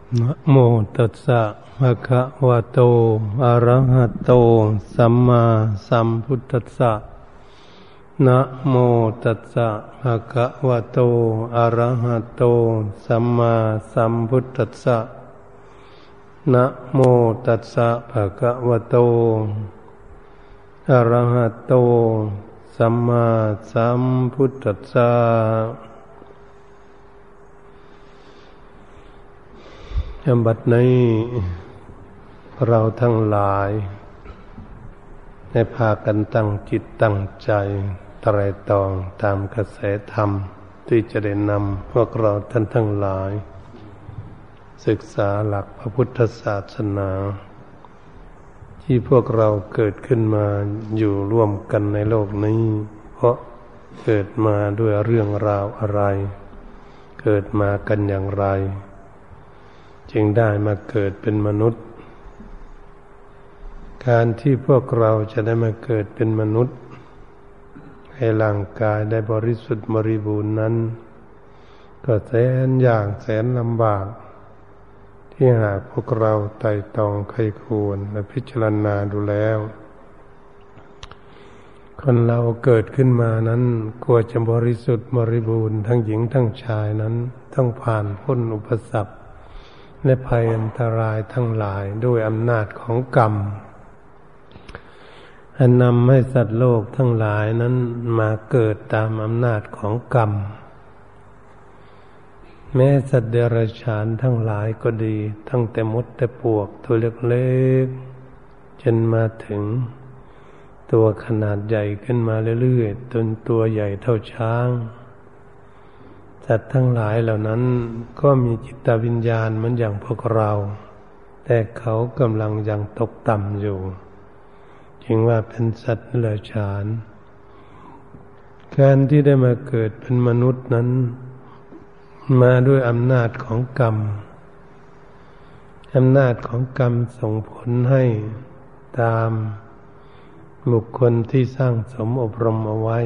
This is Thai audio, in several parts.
นะโมตัสสะภะคะวะโตอะระหะโตสัมมาสัมพุทธัสสะนะโมตัสสะภะคะวะโตอะระหะโตสัมมาสัมพุทธัสสะนะโมตัสสะภะคะวะโตอะระหะโตสัมมาสัมพุทธัสสะบัดนี้เราทั้งหลายได้พากันตั้งจิตตั้งใจไตร่ตรองตามกระแสธรรมที่จะได้นำพวกเราท่านทั้งหลายศึกษาหลักพระพุทธศาสนาที่พวกเราเกิดขึ้นมาอยู่ร่วมกันในโลกนี้เพราะเกิดมาด้วยเรื่องราวอะไรเกิดมากันอย่างไรจึงได้มาเกิดเป็นมนุษย์การที่พวกเราจะได้มาเกิดเป็นมนุษย์ให้ร่างกายได้บริสุทธิ์บริบูรณ์นั้นก็แสนยากแสนลำบากที่หากพวกเราไต่ตรองใครควรและพิจารณาดูแล้วคนเราเกิดขึ้นมานั้นกว่าจะบริสุทธิ์บริบูรณ์ทั้งหญิงทั้งชายนั้นต้องผ่านพ้นอุปสรรคและภัยอันตรายทั้งหลายด้วยอำนาจของกรรมอันนำให้สัตว์โลกทั้งหลายนั้นมาเกิดตามอำนาจของกรรมแม้สัตว์เดรัจฉานทั้งหลายก็ดีตั้งแต่มดแต่ปลวกตัวเล็กๆจนมาถึงตัวขนาดใหญ่ขึ้นมาเรื่อยๆจนตัวใหญ่เท่าช้างสัตว์ทั้งหลายเหล่านั้นก็มีจิตวิญญาณเหมือนอย่างพวกเราแต่เขากำลังยังตกต่ำอยู่จึงว่าเป็นสัตว์เดรัจฉานการที่ได้มาเกิดเป็นมนุษย์นั้นมาด้วยอำนาจของกรรมอำนาจของกรรมส่งผลให้ตามบุคคลที่สร้างสมอบรมเอาไว้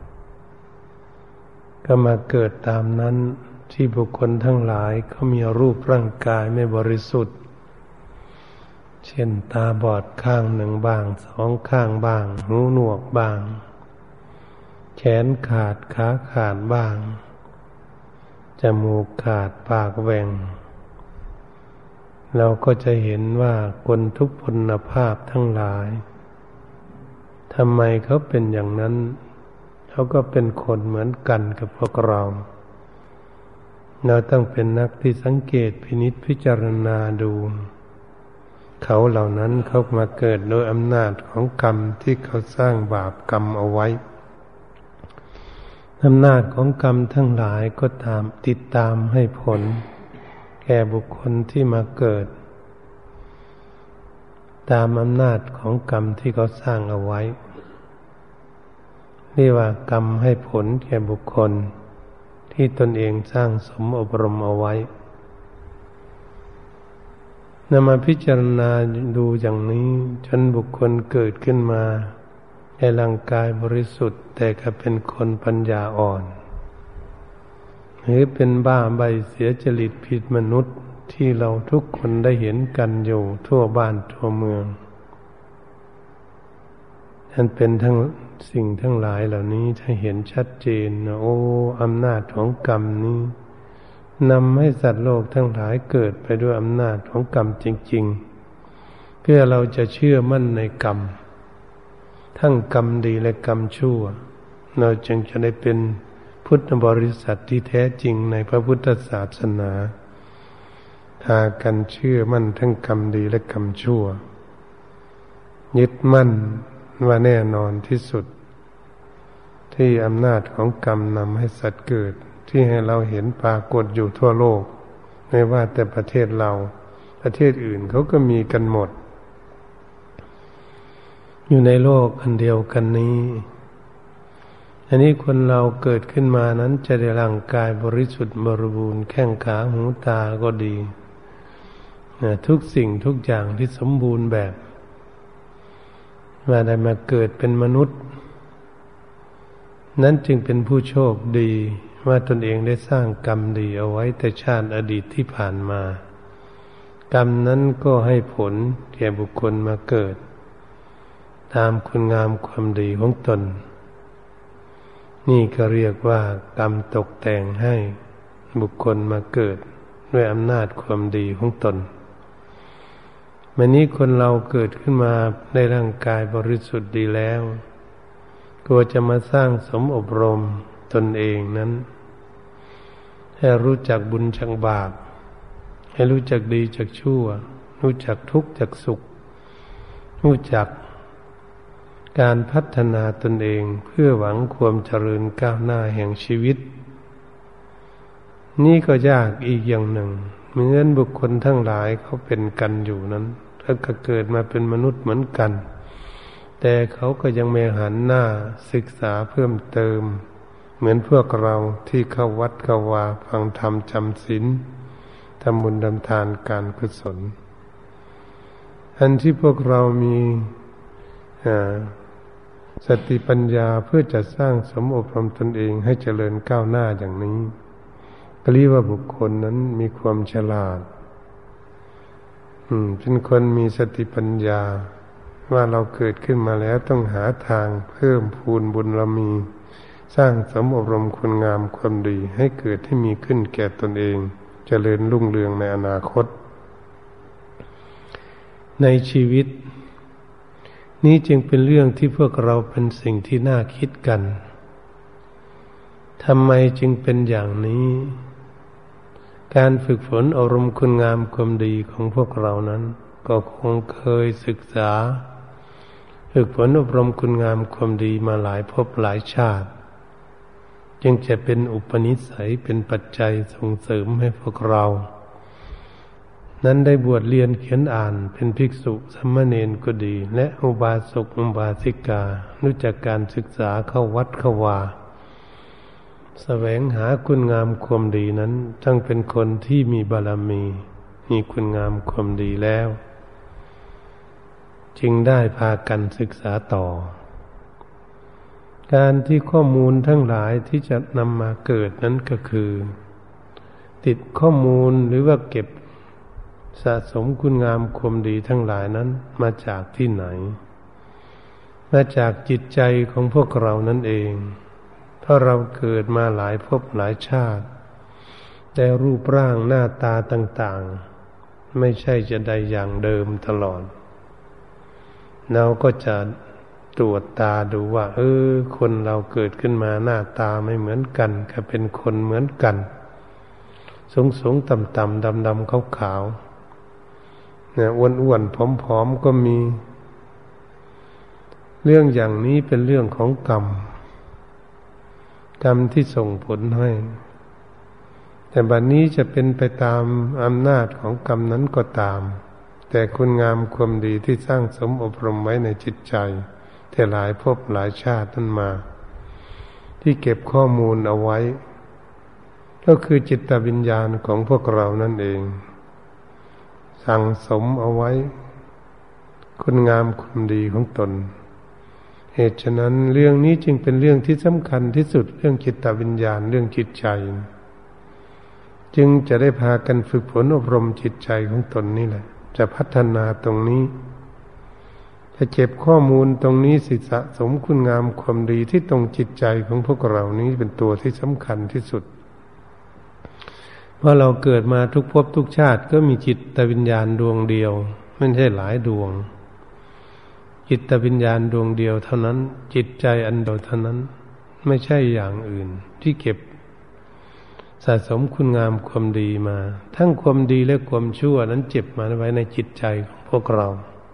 ก็มาเกิดตามนั้นที่บุคคลทั้งหลายเขามีรูปร่างกายไม่บริสุทธิ์เช่นตาบอดข้างหนึ่งบ้างสองข้างบ้างหูหนวกบ้างแขนขาดขาขาดบ้างจมูกขาดปากแหว่งเราก็จะเห็นว่าคนทุกพลภาพทั้งหลายทำไมเขาเป็นอย่างนั้นเขาก็เป็นคนเหมือนกันกับพวกเราต้องเป็นนักที่สังเกตพินิจพิจารณาดูเขาเหล่านั้นเขามาเกิดโดยอำนาจของกรรมที่เขาสร้างบาปกรรมเอาไว้อำนาจของกรรมทั้งหลายก็ติดตามให้ผลแก่บุคคลที่มาเกิดตามอำนาจของกรรมที่เขาสร้างเอาไว้เรียกว่ากรรมให้ผลแก่บุคคลที่ตนเองสร้างสมอบรมเอาไว้นำมาพิจารณาดูอย่างนี้จนบุคคลเกิดขึ้นมาในร่างกายบริสุทธิ์แต่ก็เป็นคนปัญญาอ่อนหรือเป็นบ้าใบเสียจริตผิดมนุษย์ที่เราทุกคนได้เห็นกันอยู่ทั่วบ้านทั่วเมืองนั่นเป็นทั้งสิ่งทั้งหลายเหล่านี้ถ้าเห็นชัดเจนนะโอ้อำนาจของกรรมนี้นำให้สัตว์โลกทั้งหลายเกิดไปด้วยอำนาจของกรรมจริงๆเพื่อเราจะเชื่อมั่นในกรรมทั้งกรรมดีและกรรมชั่วเราจึงจะได้เป็นพุทธบริษัทที่แท้จริงในพระพุทธศาสนาพากันเชื่อมั่นทั้งกรรมดีและกรรมชั่วยึดมั่นว่าแน่นอนที่สุดที่อำนาจของกรรมนำให้สัตว์เกิดที่ให้เราเห็นปรากฏอยู่ทั่วโลกไม่ว่าแต่ประเทศเราประเทศอื่นเขาก็มีกันหมดอยู่ในโลกอันเดียวกันนี้อันนี้คนเราเกิดขึ้นมานั้นจะได้ร่างกายบริสุทธิ์บริบูรณ์แข้งขาหูตาก็ดีทุกสิ่งทุกอย่างที่สมบูรณ์แบบว่าได้มาเกิดเป็นมนุษย์นั้นจึงเป็นผู้โชคดีว่าตนเองได้สร้างกรรมดีเอาไว้แต่ชาติอดีตที่ผ่านมากรรมนั้นก็ให้ผลแก่บุคคลมาเกิดตามคุณงามความดีของตนนี่ก็เรียกว่ากรรมตกแต่งให้บุคคลมาเกิดด้วยอำนาจความดีของตนวันนี้คนเราเกิดขึ้นมาในร่างกายบริสุทธิ์ดีแล้วก็จะมาสร้างสมอบรมตนเองนั้นให้รู้จักบุญจักบาปให้รู้จักดีจักชั่วรู้จักทุกข์จักสุขรู้จักการพัฒนาตนเองเพื่อหวังความเจริญก้าวหน้าแห่งชีวิตนี่ก็ยากอีกอย่างหนึ่งเหมือนบุคคลทั้งหลายเขาเป็นกันอยู่นั้นเขาก็เกิดมาเป็นมนุษย์เหมือนกันแต่เขาก็ยังไม่หันหน้าศึกษาเพิ่มเติมเหมือนพวกเราที่เข้าวัดเข้าวาฟังธรรมจำศีลทำบุญทำทานการกุศลอันที่พวกเรามีสติปัญญาเพื่อจะสร้างสมอบรมตนเองให้เจริญก้าวหน้าอย่างนี้ก็เรียกว่าบุคคลนั้นมีความฉลาดเป็นคนมีสติปัญญาว่าเราเกิดขึ้นมาแล้วต้องหาทางเพิ่มพูนบุญเรามีสร้างสมอบรมคุณงามความดีให้เกิดให้มีขึ้นแก่ตนเองเจริญรุ่งเรืองในอนาคตในชีวิตนี้จึงเป็นเรื่องที่พวกเราเป็นสิ่งที่น่าคิดกันทำไมจึงเป็นอย่างนี้การฝึกฝนอบรมคุณงามความดีของพวกเรานั้นก็คงเคยศึกษาฝึกฝนอบรมคุณงามความดีมาหลายภพหลายชาติจึงจะเป็นอุปนิสัยเป็นปัจจัยส่งเสริมให้พวกเรานั้นได้บวชเรียนเขียนอ่านเป็นภิกษุสามเณรก็ดีและอุบาสกอุบาสิการู้จักการศึกษาเข้าวัดเข้าวาแสวงหาคุณงามความดีนั้นทั้งเป็นคนที่มีบารมีคุณงามความดีแล้วจึงได้พากันศึกษาต่อการที่ข้อมูลทั้งหลายที่จะนำมาเกิดนั้นก็คือติดข้อมูลหรือว่าเก็บสะสมคุณงามความดีทั้งหลายนั้นมาจากที่ไหนมาจากจิตใจของพวกเรานั่นเองเพราะเราเกิดมาหลายภพหลายชาติแต่รูปร่างหน้าตาต่างๆไม่ใช่จะได้อย่างเดิมตลอดเราก็จะตรวจตาดูว่าคนเราเกิดขึ้นมาหน้าตาไม่เหมือนกันก็เป็นคนเหมือนกันสูงๆต่ำๆดำๆขาวๆเนี่ยอ้วนๆผอมๆก็มีเรื่องอย่างนี้เป็นเรื่องของกรรมที่ส่งผลให้แต่บัดนี้จะเป็นไปตามอำนาจของกรรมนั้นก็ตามแต่คุณงามความดีที่สร้างสมอบรมไว้ในจิตใจแต่หลายภพหลายชาตินั้นมาที่เก็บข้อมูลเอาไว้ก็คือจิตวิญญาณของพวกเรานั่นเองสั่งสมเอาไว้คุณงามความดีของตนเหตุฉะนั้นเรื่องนี้จึงเป็นเรื่องที่สำคัญที่สุดเรื่องจิตวิญญาณเรื่องจิตใจจึงจะได้พากันฝึกฝนอบรมจิตใจของตนนี่แหละจะพัฒนาตรงนี้จะเก็บข้อมูลตรงนี้สะสมคุณงามความดีที่ตรงจิตใจของพวกเรานี้เป็นตัวที่สำคัญที่สุดเพราะเราเกิดมาทุกภพทุกชาติก็มีจิตวิญญาณดวงเดียวไม่ใช่หลายดวงจิตวิญญาณดวงเดียวเท่านั้นจิตใจอันเดียวเท่านั้นไม่ใช่อย่างอื่นที่เก็บสะสมคุณงามความดีมาทั้งความดีและความชั่วนั้นเจ็บมาไว้ในจิตใจของพวกเรา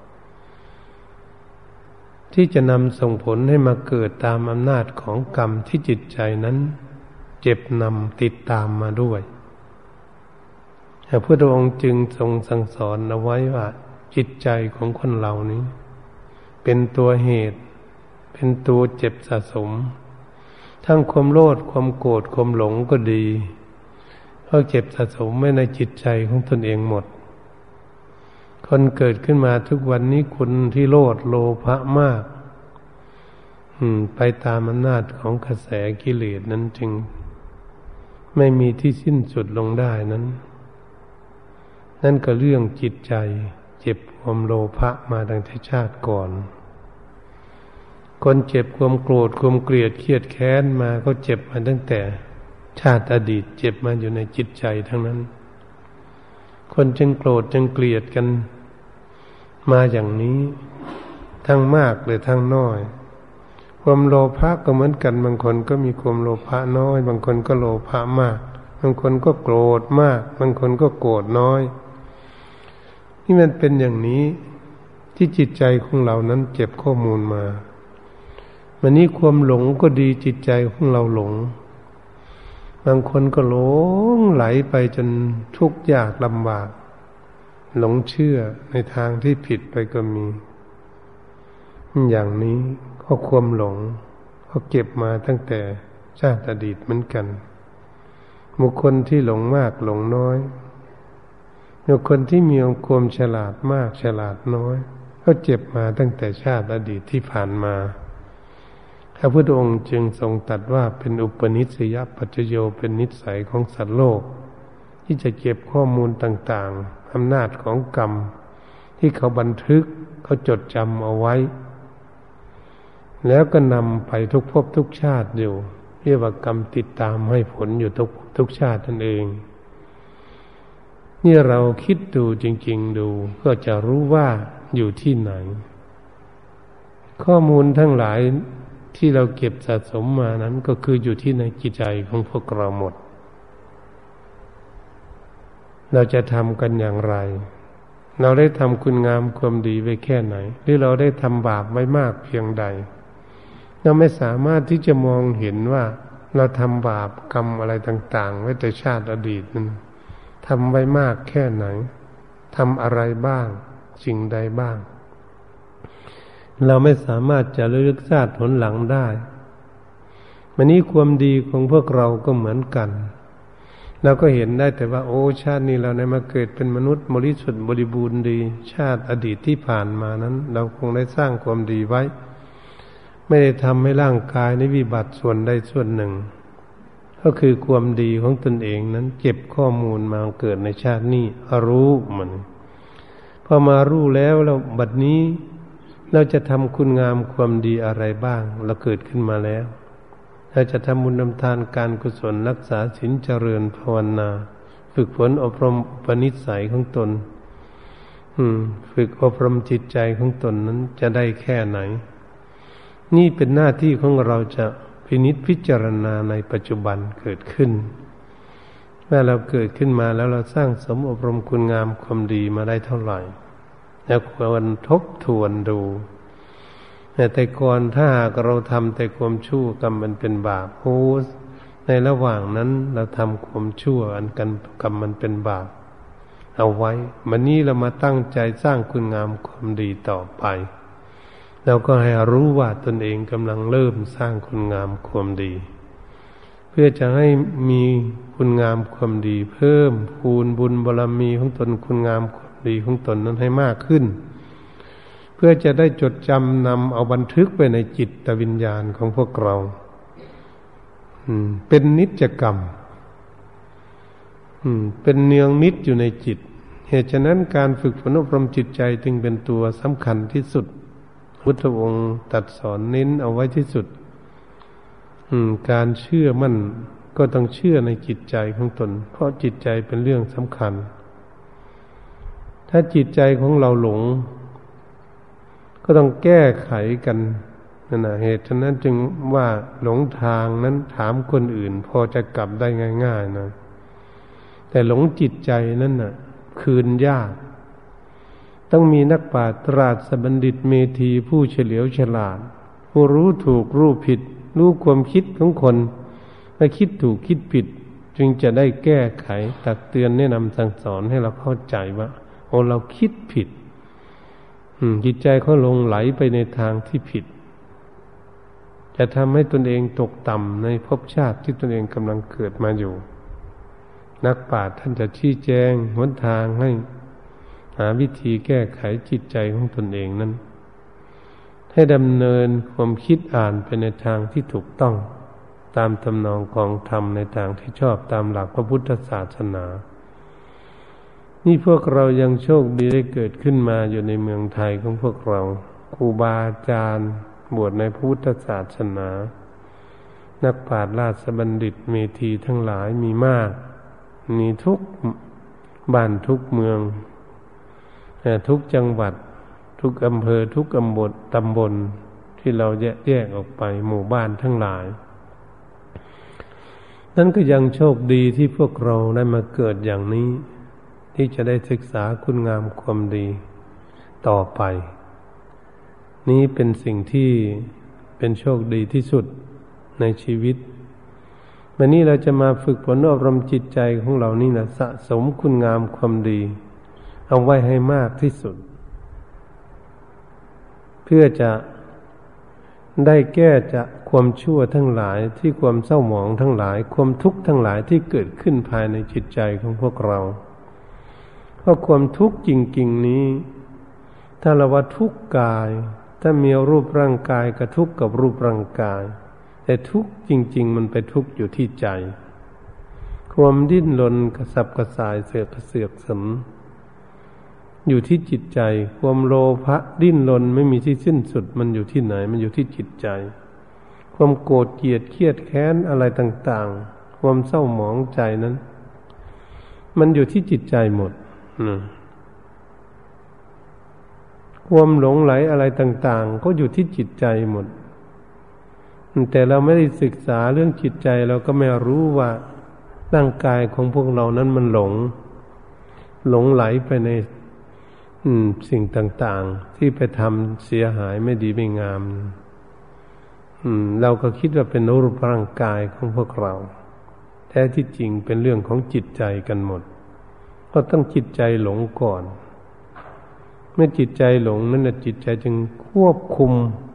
ที่จะนำส่งผลให้มาเกิดตามอำนาจของกรรมที่จิตใจนั้นเจ็บนำติดตามมาด้วยพระพุทธองค์จึงทรงสั่งสอนเอาไว้ว่าจิตใจของคนเรานี้เป็นตัวเหตุเป็นตัวเจ็บสะสมทั้งความโลภความโกรธความหลงก็ดีเพราะเจ็บสะสมไว้ในจิตใจของตนเองหมดคนเกิดขึ้นมาทุกวันนี้คนที่โลภโลภะมากไปตามอำนาจของกระแสกิเลสนั้นจึงไม่มีที่สิ้นสุดลงได้นั้นนั่นก็เรื่องจิตใจเจ็บความโลภะมาตั้งแต่ชาติก่อนคนเจ็บความโกรธความเกลียดเครียดแค้นมาก็เจ็บมาตั้งแต่ชาติอดีตเจ็บมาอยู่ในจิตใจทั้งนั้นคนจึงโกรธจึงเกลียดกันมาอย่างนี้ทั้งมากหรือทั้งน้อยความโลภะก็เหมือนกันบางคนก็มีความโลภะน้อยบางคนก็โลภะมากบางคนก็โกรธมากบางคนก็โกรธน้อยนี่มันเป็นอย่างนี้ที่จิตใจของเรานั้นเก็บข้อมูลมาวันนี้ความหลงก็ดีจิตใจของเราหลงบางคนก็หลงไหลไปจนทุกข์ยากลำบากหลงเชื่อในทางที่ผิดไปก็มีอย่างนี้ก็ความหลงก็เก็บมาตั้งแต่ชาติอดีตเหมือนกันบุคคลที่หลงมากหลงน้อยบุคคลที่มีความฉลาดมากฉลาดน้อยก็เจ็บมาตั้งแต่ชาติอดีตที่ผ่านมาพระพุทธองค์จึงทรงตรัสว่าเป็นอุปนิสัยปัจจโยเป็นนิสัยของสัตว์โลกที่จะเก็บข้อมูลต่างๆอำนาจของกรรมที่เขาบันทึกเขาจดจำเอาไว้แล้วก็นำไปทุกภพทุกชาติอยู่เรียกว่ากรรมติดตามให้ผลอยู่ทุกชาตินั่นเองนี่เราคิดดูจริงๆดูก็จะรู้ว่าอยู่ที่ไหนข้อมูลทั้งหลายที่เราเก็บสะสมมานั้นก็คืออยู่ที่ในจิตใจของพวกเราหมดเราจะทำกันอย่างไรเราได้ทำคุณงามความดีไว้แค่ไหนหรือเราได้ทำบาปไว้มากเพียงใดเราไม่สามารถที่จะมองเห็นว่าเราทำบาปกรรมอะไรต่างๆไว้แต่ชาติอดีตนั้นทำไว้มากแค่ไหนทำอะไรบ้างสิ่งใดบ้างเราไม่สามารถจะระลึกชาติผลหลังได้วันนี้ความดีของพวกเราก็เหมือนกันเราก็เห็นได้แต่ว่าโอ้ชาตินี้เราได้มาเกิดเป็นมนุษย์บริสุทธิ์บริบูรณ์ดีชาติอดีตที่ผ่านมานั้นเราคงได้สร้างความดีไว้ไม่ได้ทำให้ร่างกายนี้วิบัติส่วนใดส่วนหนึ่งก็คือความดีของตนเองนั้นเก็บข้อมูลมาเกิดในชาตินี้รู้มันพอมารู้แล้วบัดนี้เราจะทำคุณงามความดีอะไรบ้างเราเกิดขึ้นมาแล้วเราจะทำบุญทำทานการกุศลรักษาศีลเจริญภาวนาฝึกฝนอบรมอุปนิสัยของตนฝึกอบรมจิตใจของตนนั้นจะได้แค่ไหนนี่เป็นหน้าที่ของเราจะพินิจพิจารณาในปัจจุบันเกิดขึ้นเมื่อเราเกิดขึ้นมาแล้วเราสร้างสมอบรมคุณงามความดีมาได้เท่าไหร่แล้วควรทบทวนดูแต่ก่อนถ้าหากเราทำแต่ความชั่วกรรมมันเป็นบาปโอ้ในระหว่างนั้นเราทำความชั่วอันกันกรรมมันเป็นบาปเอาไว้วันนี้เรามาตั้งใจสร้างคุณงามความดีต่อไปเราก็ให้รู้ว่าตนเองกำลังเริ่มสร้างคุณงามความดีเพื่อจะให้มีคุณงามความดีเพิ่มพูนบุญบารมีของตนคุณงามความดีของตนนั้นให้มากขึ้นเพื่อจะได้จดจำนำเอาบันทึกไปในจิตวิญญาณของพวกเราเป็นนิจกรรมเป็นเนืองนิจอยู่ในจิตเหตุฉะนั้นการฝึกฝนอบรมจิตใจจึงเป็นตัวสำคัญที่สุดพุทธองค์ตรัสสอนเน้นเอาไว้ที่สุดการเชื่อมั่นก็ต้องเชื่อในจิตใจของตนเพราะจิตใจเป็นเรื่องสำคัญถ้าจิตใจของเราหลงก็ต้องแก้ไขกันนั่นนะเหตุฉะนั้นจึงว่าหลงทางนั้นถามคนอื่นพอจะกลับได้ง่ายๆนะแต่หลงจิตใจนั้นน่ะคืนยากต้องมีนักปราชญ์ตราศบัณฑิตเมธีผู้เฉลียวฉลาดผู้รู้ถูกรู้ผิดรู้ความคิดของคนและคิดถูกคิดผิดจึงจะได้แก้ไขตักเตือนแนะนำสั่งสอนให้เราเข้าใจว่าโอ้เราคิดผิดจิตใจเขาหลงไหลไปในทางที่ผิดจะทำให้ตนเองตกต่ำในภพชาติที่ตนเองกำลังเกิดมาอยู่นักปราชญ์ท่านจะชี้แจงหนทางให้หาวิธีแก้ไขจิตใจของตนเองนั้นให้ดำเนินความคิดอ่านไปในทางที่ถูกต้องตามทำนองของธรรมในทางที่ชอบตามหลักพระพุทธศาสนานี่พวกเรายังโชคดีได้เกิดขึ้นมาอยู่ในเมืองไทยของพวกเราครูบาอาจารย์บวชในพุทธศาสนานักปราชญ์ราชบัณฑิตเมธีทั้งหลายมีมากมีทุกบ้านทุกเมืองทุกจังหวัดทุกอำเภอทุกตำบลที่เราแยกออกไปหมู่บ้านทั้งหลายนั่นก็ยังโชคดีที่พวกเราได้มาเกิดอย่างนี้ที่จะได้ศึกษาคุณงามความดีต่อไปนี้เป็นสิ่งที่เป็นโชคดีที่สุดในชีวิตวันนี้เราจะมาฝึกฝนอบรมจิตใจของเรานี่นะสะสมคุณงามความดีเอาไว้ให้มากที่สุดเพื่อจะได้แก้จากความชั่วทั้งหลายที่ความเศร้าหมองทั้งหลายความทุกข์ทั้งหลายที่เกิดขึ้นภายในจิตใจของพวกเราเพราะความทุกข์จริงๆนี้ถ้าเราว่าทุกข์กายถ้ามีรูปร่างกายก็ทุกข์กับรูปร่างกายแต่ทุกข์จริงๆมันไปทุกข์อยู่ที่ใจความดิ้นรนกระสับกระส่ายเสือกสมอยู่ที่จิตใจความโลภะดิ้นรนไม่มีที่สิ้นสุดมันอยู่ที่ไหนมันอยู่ที่จิตใจความโกรธเกลียดเครียดแค้นอะไรต่างๆความเศร้าหมองใจนั้นมันอยู่ที่จิตใจหมดความหลงไหลอะไรต่างๆก็อยู่ที่จิตใจหมดแต่เราไม่ได้ศึกษาเรื่องจิตใจเราก็ไม่รู้ว่าร่างกายของพวกเรานั้นมันหลงไหลไปในสิ่งต่างๆที่ไปทำเสียหายไม่ดีไม่งามเราก็คิดว่าเป็นรูปร่างกายของพวกเราแท้ที่จริงเป็นเรื่องของจิตใจกันหมดก็ต้องจิตใจหลงก่อนเมื่อจิตใจหลงนั้นจิตใจจึงควบคุม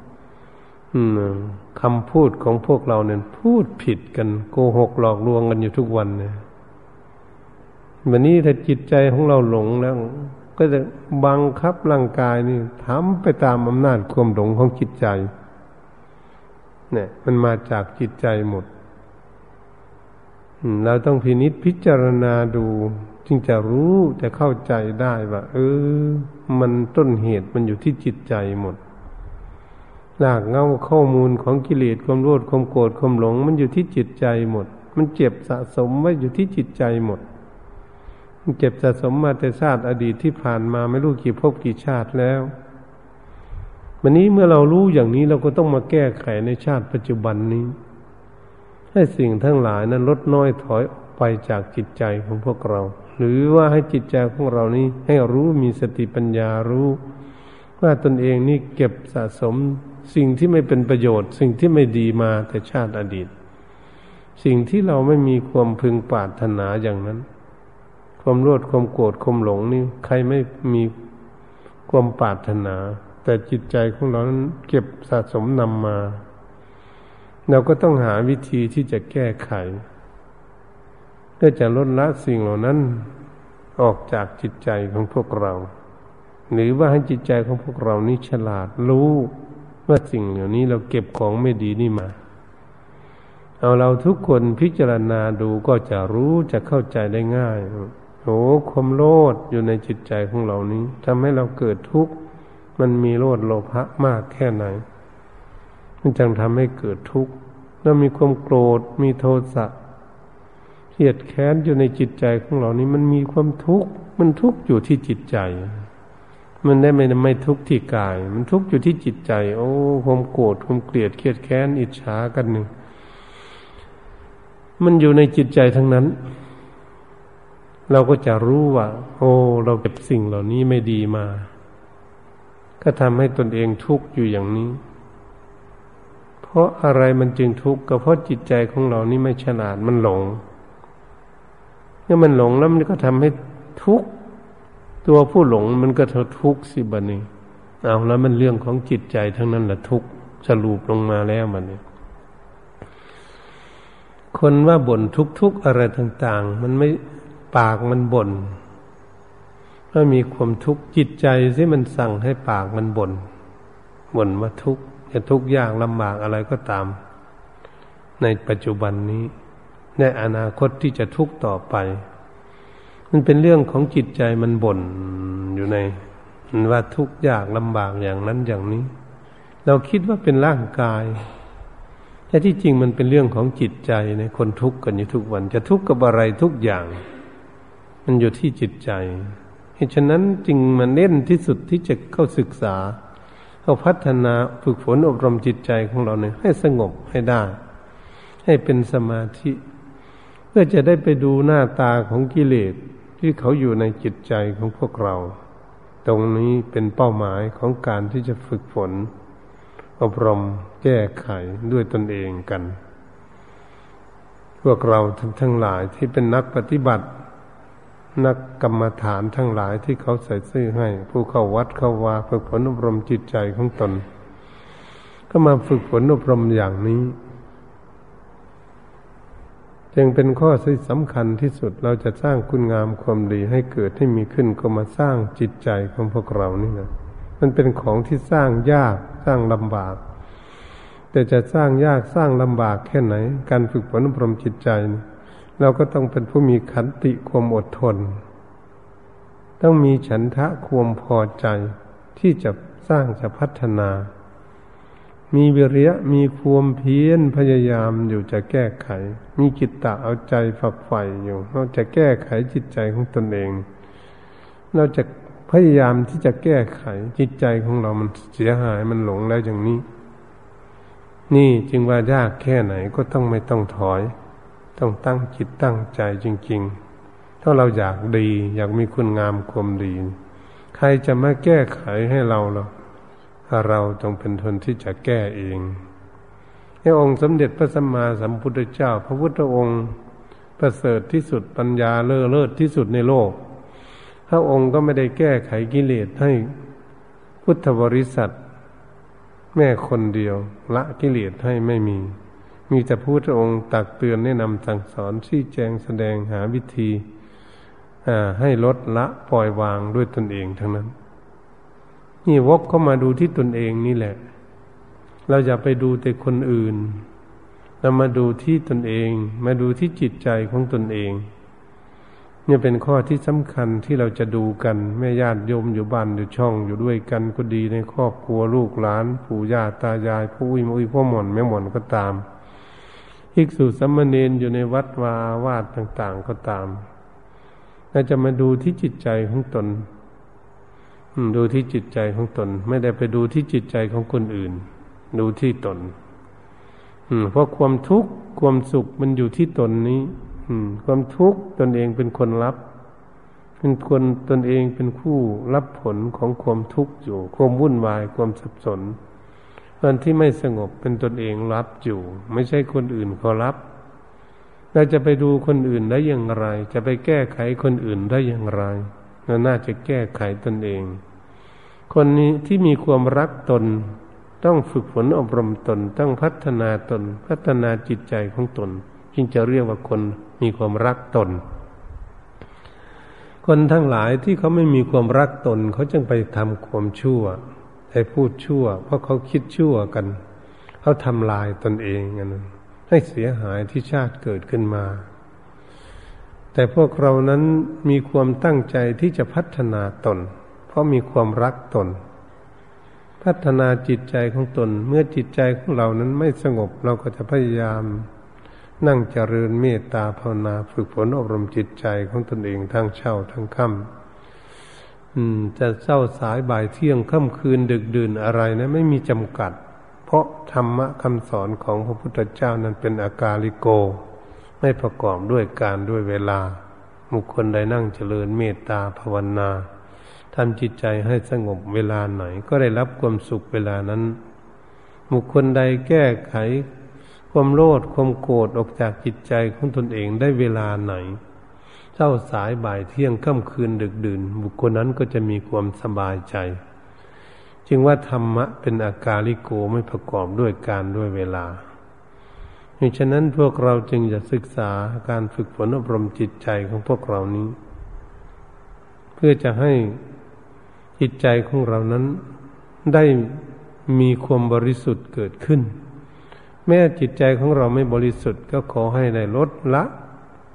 คำพูดของพวกเราเนี่ยพูดผิดกันโกหกหลอกลวงกันอยู่ทุกวันเนี่ยวันนี้ถ้าจิตใจของเราหลงแล้วก็จะบังคับร่างกายนี่ทำไปตามอำนาจความหลงของจิตใจเนี่ยมันมาจากจิตใจหมดเราต้องพินิจพิจารณาดูจึงจะรู้จะเข้าใจได้ว่ามันต้นเหตุมันอยู่ที่จิตใจหมดรากเหง้าข้อมูลของกิเลสความโลภความโกรธความหลงมันอยู่ที่จิตใจหมดมันเจ็บสะสมไว้อยู่ที่จิตใจหมดมันเจ็บสะสมมาแต่ชาติอดีตที่ผ่านมาไม่รู้กี่ภพกี่ชาติแล้ววันนี้เมื่อเรารู้อย่างนี้เราก็ต้องมาแก้ไขในชาติปัจจุบันนี้ให้สิ่งทั้งหลายนั้นลดน้อยถอยออกไปจากจิตใจของพวกเราหรือว่าให้จิตใจของเรานี้ให้รู้มีสติปัญญารู้ว่าตนเองนี่เก็บสะสมสิ่งที่ไม่เป็นประโยชน์สิ่งที่ไม่ดีมาแต่ชาติอดีตสิ่งที่เราไม่มีความพึงปรารถนาอย่างนั้นความโลภความโกรธความหลงนี่ใครไม่มีความปรารถนาแต่จิตใจของเรานั้นเก็บสะสมนำมาเราก็ต้องหาวิธีที่จะแก้ไขเพื่อจะลดละสิ่งเหล่านั้นออกจากจิตใจของพวกเราหรือว่าให้จิตใจของพวกเรานี้ฉลาดรู้ว่าสิ่งเหล่านี้เราเก็บของไม่ดีนี่มาเอาเราทุกคนพิจารณาดูก็จะรู้จะเข้าใจได้ง่ายความโลภอยู่ในจิตใจของเรานี้ทำให้เราเกิดทุกข์มันมีโลภโลภะมากแค่ไหนมันจึงทำให้เกิดทุกข์แล้วมีความโกรธมีโทสะเครียดแค้นอยู่ในจิตใจของเรานี้มันมีความทุกข์มันทุกข์อยู่ที่จิตใจมันไม่ทุกข์ที่กายมันทุกข์อยู่ที่จิตใจความโกรธความเกลียดเครียดแค้นอิจฉากันหนึ่งมันอยู่ในจิตใจทั้งนั้นเราก็จะรู้ว่าเราเก็บสิ่งเหล่านี้ไม่ดีมาก็ทำให้ตนเองทุกข์อยู่อย่างนี้เพราะอะไรมันจึงทุกข์ก็เพราะจิตใจของเรานี่ไม่ฉลาดมันหลงเมื่อมันหลงแล้วมันก็ทำให้ทุกข์ตัวผู้หลงมันก็ทุกข์สิบัดนี้แล้วมันเรื่องของจิตใจทั้งนั้นแหละทุกข์สรุปลงมาแล้วมันเนี่ยคนว่าบ่นทุกข์อะไรต่างๆมันไม่ปากมันบ่นถ้ามีความทุกข์จิตใจที่มันสั่งให้ปากมันบ่นว่าทุกข์จะทุกข์ยากลำบากอะไรก็ตามในปัจจุบันนี้ในอนาคตที่จะทุกข์ต่อไปมันเป็นเรื่องของจิตใจมันบ่นอยู่ในว่าทุกข์ยากลำบากอย่างนั้นอย่างนี้เราคิดว่าเป็นร่างกายแต่ที่จริงมันเป็นเรื่องของจิตใจในคนทุกข์กันอยู่ทุกวันจะทุกข์กับอะไรทุกอย่างมันอยู่ที่จิตใจเหตุฉะนั้นจึงมันเน้นที่สุดที่จะเข้าศึกษาเข้าพัฒนาฝึกฝนอบรมจิตใจของเราเนี่ยให้สงบให้ได้ให้เป็นสมาธิเพื่อจะได้ไปดูหน้าตาของกิเลสที่เขาอยู่ในจิตใจของพวกเราตรงนี้เป็นเป้าหมายของการที่จะฝึกฝนอบรมแก้ไขด้วยตนเองกันพวกเราทั้งหลายที่เป็นนักปฏิบัตินักกรรมฐานทั้งหลายที่เขาใส่ซื่อให้ผู้เข้าวัดเข้าวาฝึกฝนอบรมจิตใจของตนก็มาฝึกฝนอบรมอย่างนี้จึงเป็นข้อที่สำคัญที่สุดเราจะสร้างคุณงามความดีให้เกิดให้มีขึ้นก็มาสร้างจิตใจของพวกเรานี่นะมันเป็นของที่สร้างยากสร้างลำบากแต่จะสร้างยากสร้างลำบากแค่ไหนการฝึกฝนอบรมจิตใจเราก็ต้องเป็นผู้มีขันติความอดทนต้องมีฉันทะความพอใจที่จะสร้างจะพัฒนามีวิริยะมีความเพียรพยายามอยู่จะแก้ไขมีจิตตะเอาใจฝักใฝ่อยู่เราจะแก้ไขจิตใจของตนเองเราจะพยายามที่จะแก้ไขจิตใจของเรามันเสียหายมันหลงแล้วอย่างนี้นี่จึงว่ายากแค่ไหนก็ต้องไม่ต้องถอยต้องตั้งจิตตั้งใจจริงๆถ้าเราอยากดีอยากมีคุณงามความดีใครจะมาแก้ไขให้เราหรอกเราต้องเป็นทนที่จะแก้เองให้องค์สมเด็จพระสัมมาสัมพุทธเจ้าพระพุทธองค์ประเสริฐที่สุดปัญญาเลิศที่สุดในโลกพระองค์ก็ไม่ได้แก้ไขกิเลสให้พุทธบริษัทแม่คนเดียวละกิเลสให้ไม่มีแต่พระพุทธองค์ตักเตือนแนะนำสั่งสอนชี้แจงแสดงหาวิธีให้ลดละปล่อยวางด้วยตนเองทั้งนั้นนี่วกเข้ามาดูที่ตนเองนี่แหละเราอย่าไปดูแต่คนอื่นเรามาดูที่ตนเองมาดูที่จิตใจของตนเองเนี่ยเป็นข้อที่สำคัญที่เราจะดูกันแม่ญาติโยมอยู่บ้านอยู่ช่องอยู่ด้วยกันก็ดีในครอบครัวลูกหลานปู่ย่าตายายผู้อุ้ยพ่อหม่อนแม่หม่อนก็ตามภิกษุสามเณรอยู่ในวัดวาอาวาสต่างๆก็ตามเราจะมาดูที่จิตใจของตนดูที่จิตใจของตนไม่ได้ไปดูที่จิตใจของคนอื่นดูที่ตนเพราะความทุกข์ความสุขมันอยู่ที่ตนนี้ความทุกข์ตนเองเป็นคนรับเป็นคนตนเองเป็นผู้รับผลของความทุกข์อยู่ความวุ่นวายความสับสนวันที่ไม่สงบเป็นตนเองรับอยู่ไม่ใช่คนอื่นเขารับเราจะไปดูคนอื่นได้อย่างไรจะไปแก้ไขคนอื่นได้อย่างไรเราน่าจะแก้ไขตนเองคนนี้ที่มีความรักตนต้องฝึกฝนอบรมตนต้องพัฒนาตนพัฒนาจิตใจของตนจึงจะเรียกว่าคนมีความรักตนคนทั้งหลายที่เขาไม่มีความรักตนเขาจึงไปทำความชั่วไปพูดชั่วเพราะเขาคิดชั่วกันเขาทำลายตนเองนั้นให้เสียหายที่ชาติเกิดขึ้นมาแต่พวกเรานั้นมีความตั้งใจที่จะพัฒนาตนเพราะมีความรักตนพัฒนาจิตใจของตนเมื่อจิตใจของเรานั้นไม่สงบเราก็จะพยายามนั่งเจริญเมตตาภาวนาฝึกฝนอบรมจิตใจของตนเองทั้งเช้าทั้งค่ำจะเช้าสายบ่ายเที่ยงค่ำคืนดึกดื่นอะไรนะไม่มีจำกัดเพราะธรรมะคำสอนของพระพุทธเจ้านั้นเป็นอากาลิโกไม่ประกอบด้วยการด้วยเวลาบุคคลใดนั่งเจริญเมตตาภาวนาทำจิตใจให้สงบเวลาไหนก็ได้รับความสุขเวลานั้นบุคคลใดแก้ไขความโลภความโกรธออกจากจิตใจของตนเองได้เวลาไหนเช้าสายบ่ายเที่ยงค่ำคืนดึกดื่นบุคคลนั้นก็จะมีความสบายใจจึงว่าธรรมะเป็นอากาลิโกไม่ประกอบด้วยการด้วยเวลาเพราะฉะนั้นพวกเราจึงจะศึกษาการฝึกฝนอบรมจิตใจของพวกเรานี้เพื่อจะให้จิตใจของเรานั้นได้มีความบริสุทธิ์เกิดขึ้นแม้จิตใจของเราไม่บริสุทธิ์ก็ขอให้ได้ลดละ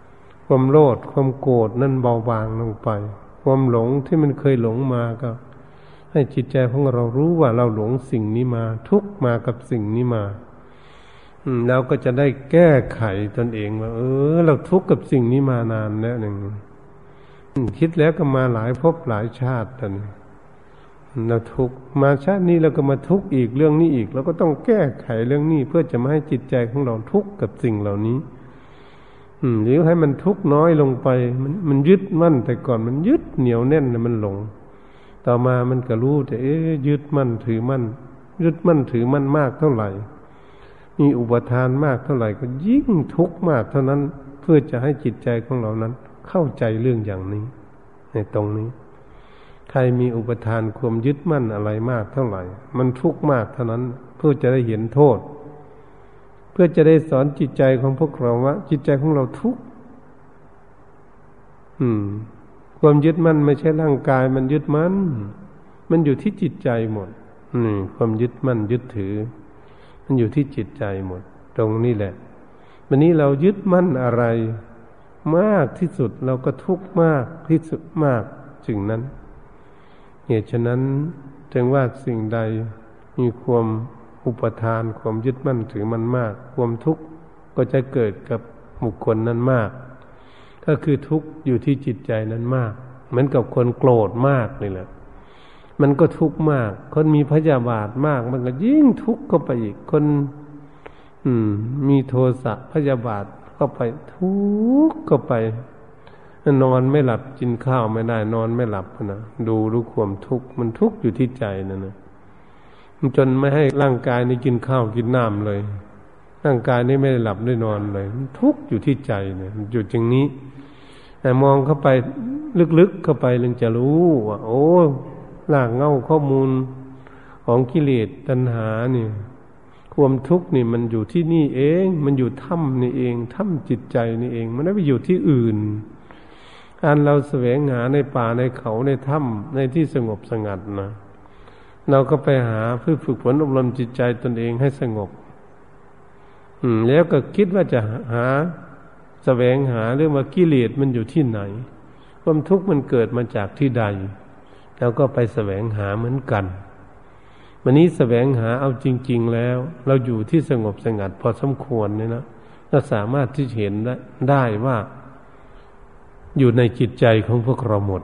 ความโลภความโกรธนั่นเบาบางลงไปความหลงที่มันเคยหลงมาก็ให้จิตใจของเรารู้ว่าเราหลงสิ่งนี้มาทุกข์มากับสิ่งนี้มาเราก็จะได้แก้ไขตนเองว่าเราทุกข์กับสิ่งนี้มานานแล้วหนึ่งคิดแล้วก็มาหลายภพหลายชาติตอนเราทุกข์มาชาตินี้เราก็มาทุกข์อีกเรื่องนี้อีกเราก็ต้องแก้ไขเรื่องนี้เพื่อจะไม่ให้จิตใจของเราทุกข์กับสิ่งเหล่านี้หรือให้มันทุกข์น้อยลงไปมันยึดมั่นแต่ก่อนมันยึดเหนียวแน่นนะมันหลงต่อมามันก็รู้แต่ยึดมั่นถือมั่นยึดมั่นถือมั่นมากเท่าไหร่มีอุปทานมากเท่าไหร่ก็ยิ่งทุกข์มากเท่านั้นเพื่อจะให้จิตใจของเรานั้นเข้าใจเรื่องอย่างนี้ในตรงนี้ใครมีอุปทานความยึดมั่นอะไรมากเท่าไหร่มันทุกข์มากเท่านั้นเพื่อจะได้เห็นโทษเพื่อจะได้สอนจิตใจของพวกเราว่าจิตใจของเราทุกข์ความยึดมั่นไม่ใช่ร่างกายมันยึดมั่นมันอยู่ที่จิตใจหมดความยึดมั่นยึดถือมันอยู่ที่จิตใจหมดตรงนี้แหละวันนี้เรายึดมั่นอะไรมากที่สุดเราก็ทุกข์มากที่สุดมากจึงนั้นเหตุฉะนั้นจึงว่าสิ่งใดมีความอุปทานความยึดมั่นถือมันมากความทุกข์ก็จะเกิดกับบุคคลนั้นมากก็คือทุกข์อยู่ที่จิตใจนั้นมากเหมือนกับคนโกรธมากนี่แหละมันก็ทุกข์มากคนมีพยาบาทมากมันก็ยิ่งทุกข์เข้าไปอีกคนมีโทสะพยาบาทเข้าไปทุกข์เข้าไปนอนไม่หลับกินข้าวไม่ได้นอนไม่หลับนะดูความทุกข์มันทุกข์อยู่ที่ใจนั่นนะจนไม่ให้ร่างกายนี้กินข้าวกินน้ำเลยร่างกายนี้ไม่ได้หลับได้นอนเลยทุกข์อยู่ที่ใจเนี่ยอยู่ตรงนี้แต่มองเข้าไปลึกๆเข้าไปจึงจะรู้ว่าโอ้รากเหง้าข้อมูลของกิเลสตัณหานี่ความทุกข์นี่มันอยู่ที่นี่เองมันอยู่ถ้ำนี่เองถ้ำจิตใจนี่เองมันไม่ไปอยู่ที่อื่นการเราแสวงหาในป่าในเขาในถ้ำในที่สงบสงัดนะเราก็ไปหาเพื่อฝึกฝนอบรมจิตใจตนเองให้สงบแล้วก็คิดว่าจะหาแสวงหาเรื่องว่ากิเลสมันอยู่ที่ไหนความทุกข์มันเกิดมาจากที่ใดเราก็ไปแสวงหาเหมือนกันวันนี้แสวงหาเอาจริงๆแล้วเราอยู่ที่สงบสงัดพอสมควรเนี่ยนะเราสามารถที่จะเห็นได้ว่าอยู่ในจิตใจของพวกเราหมด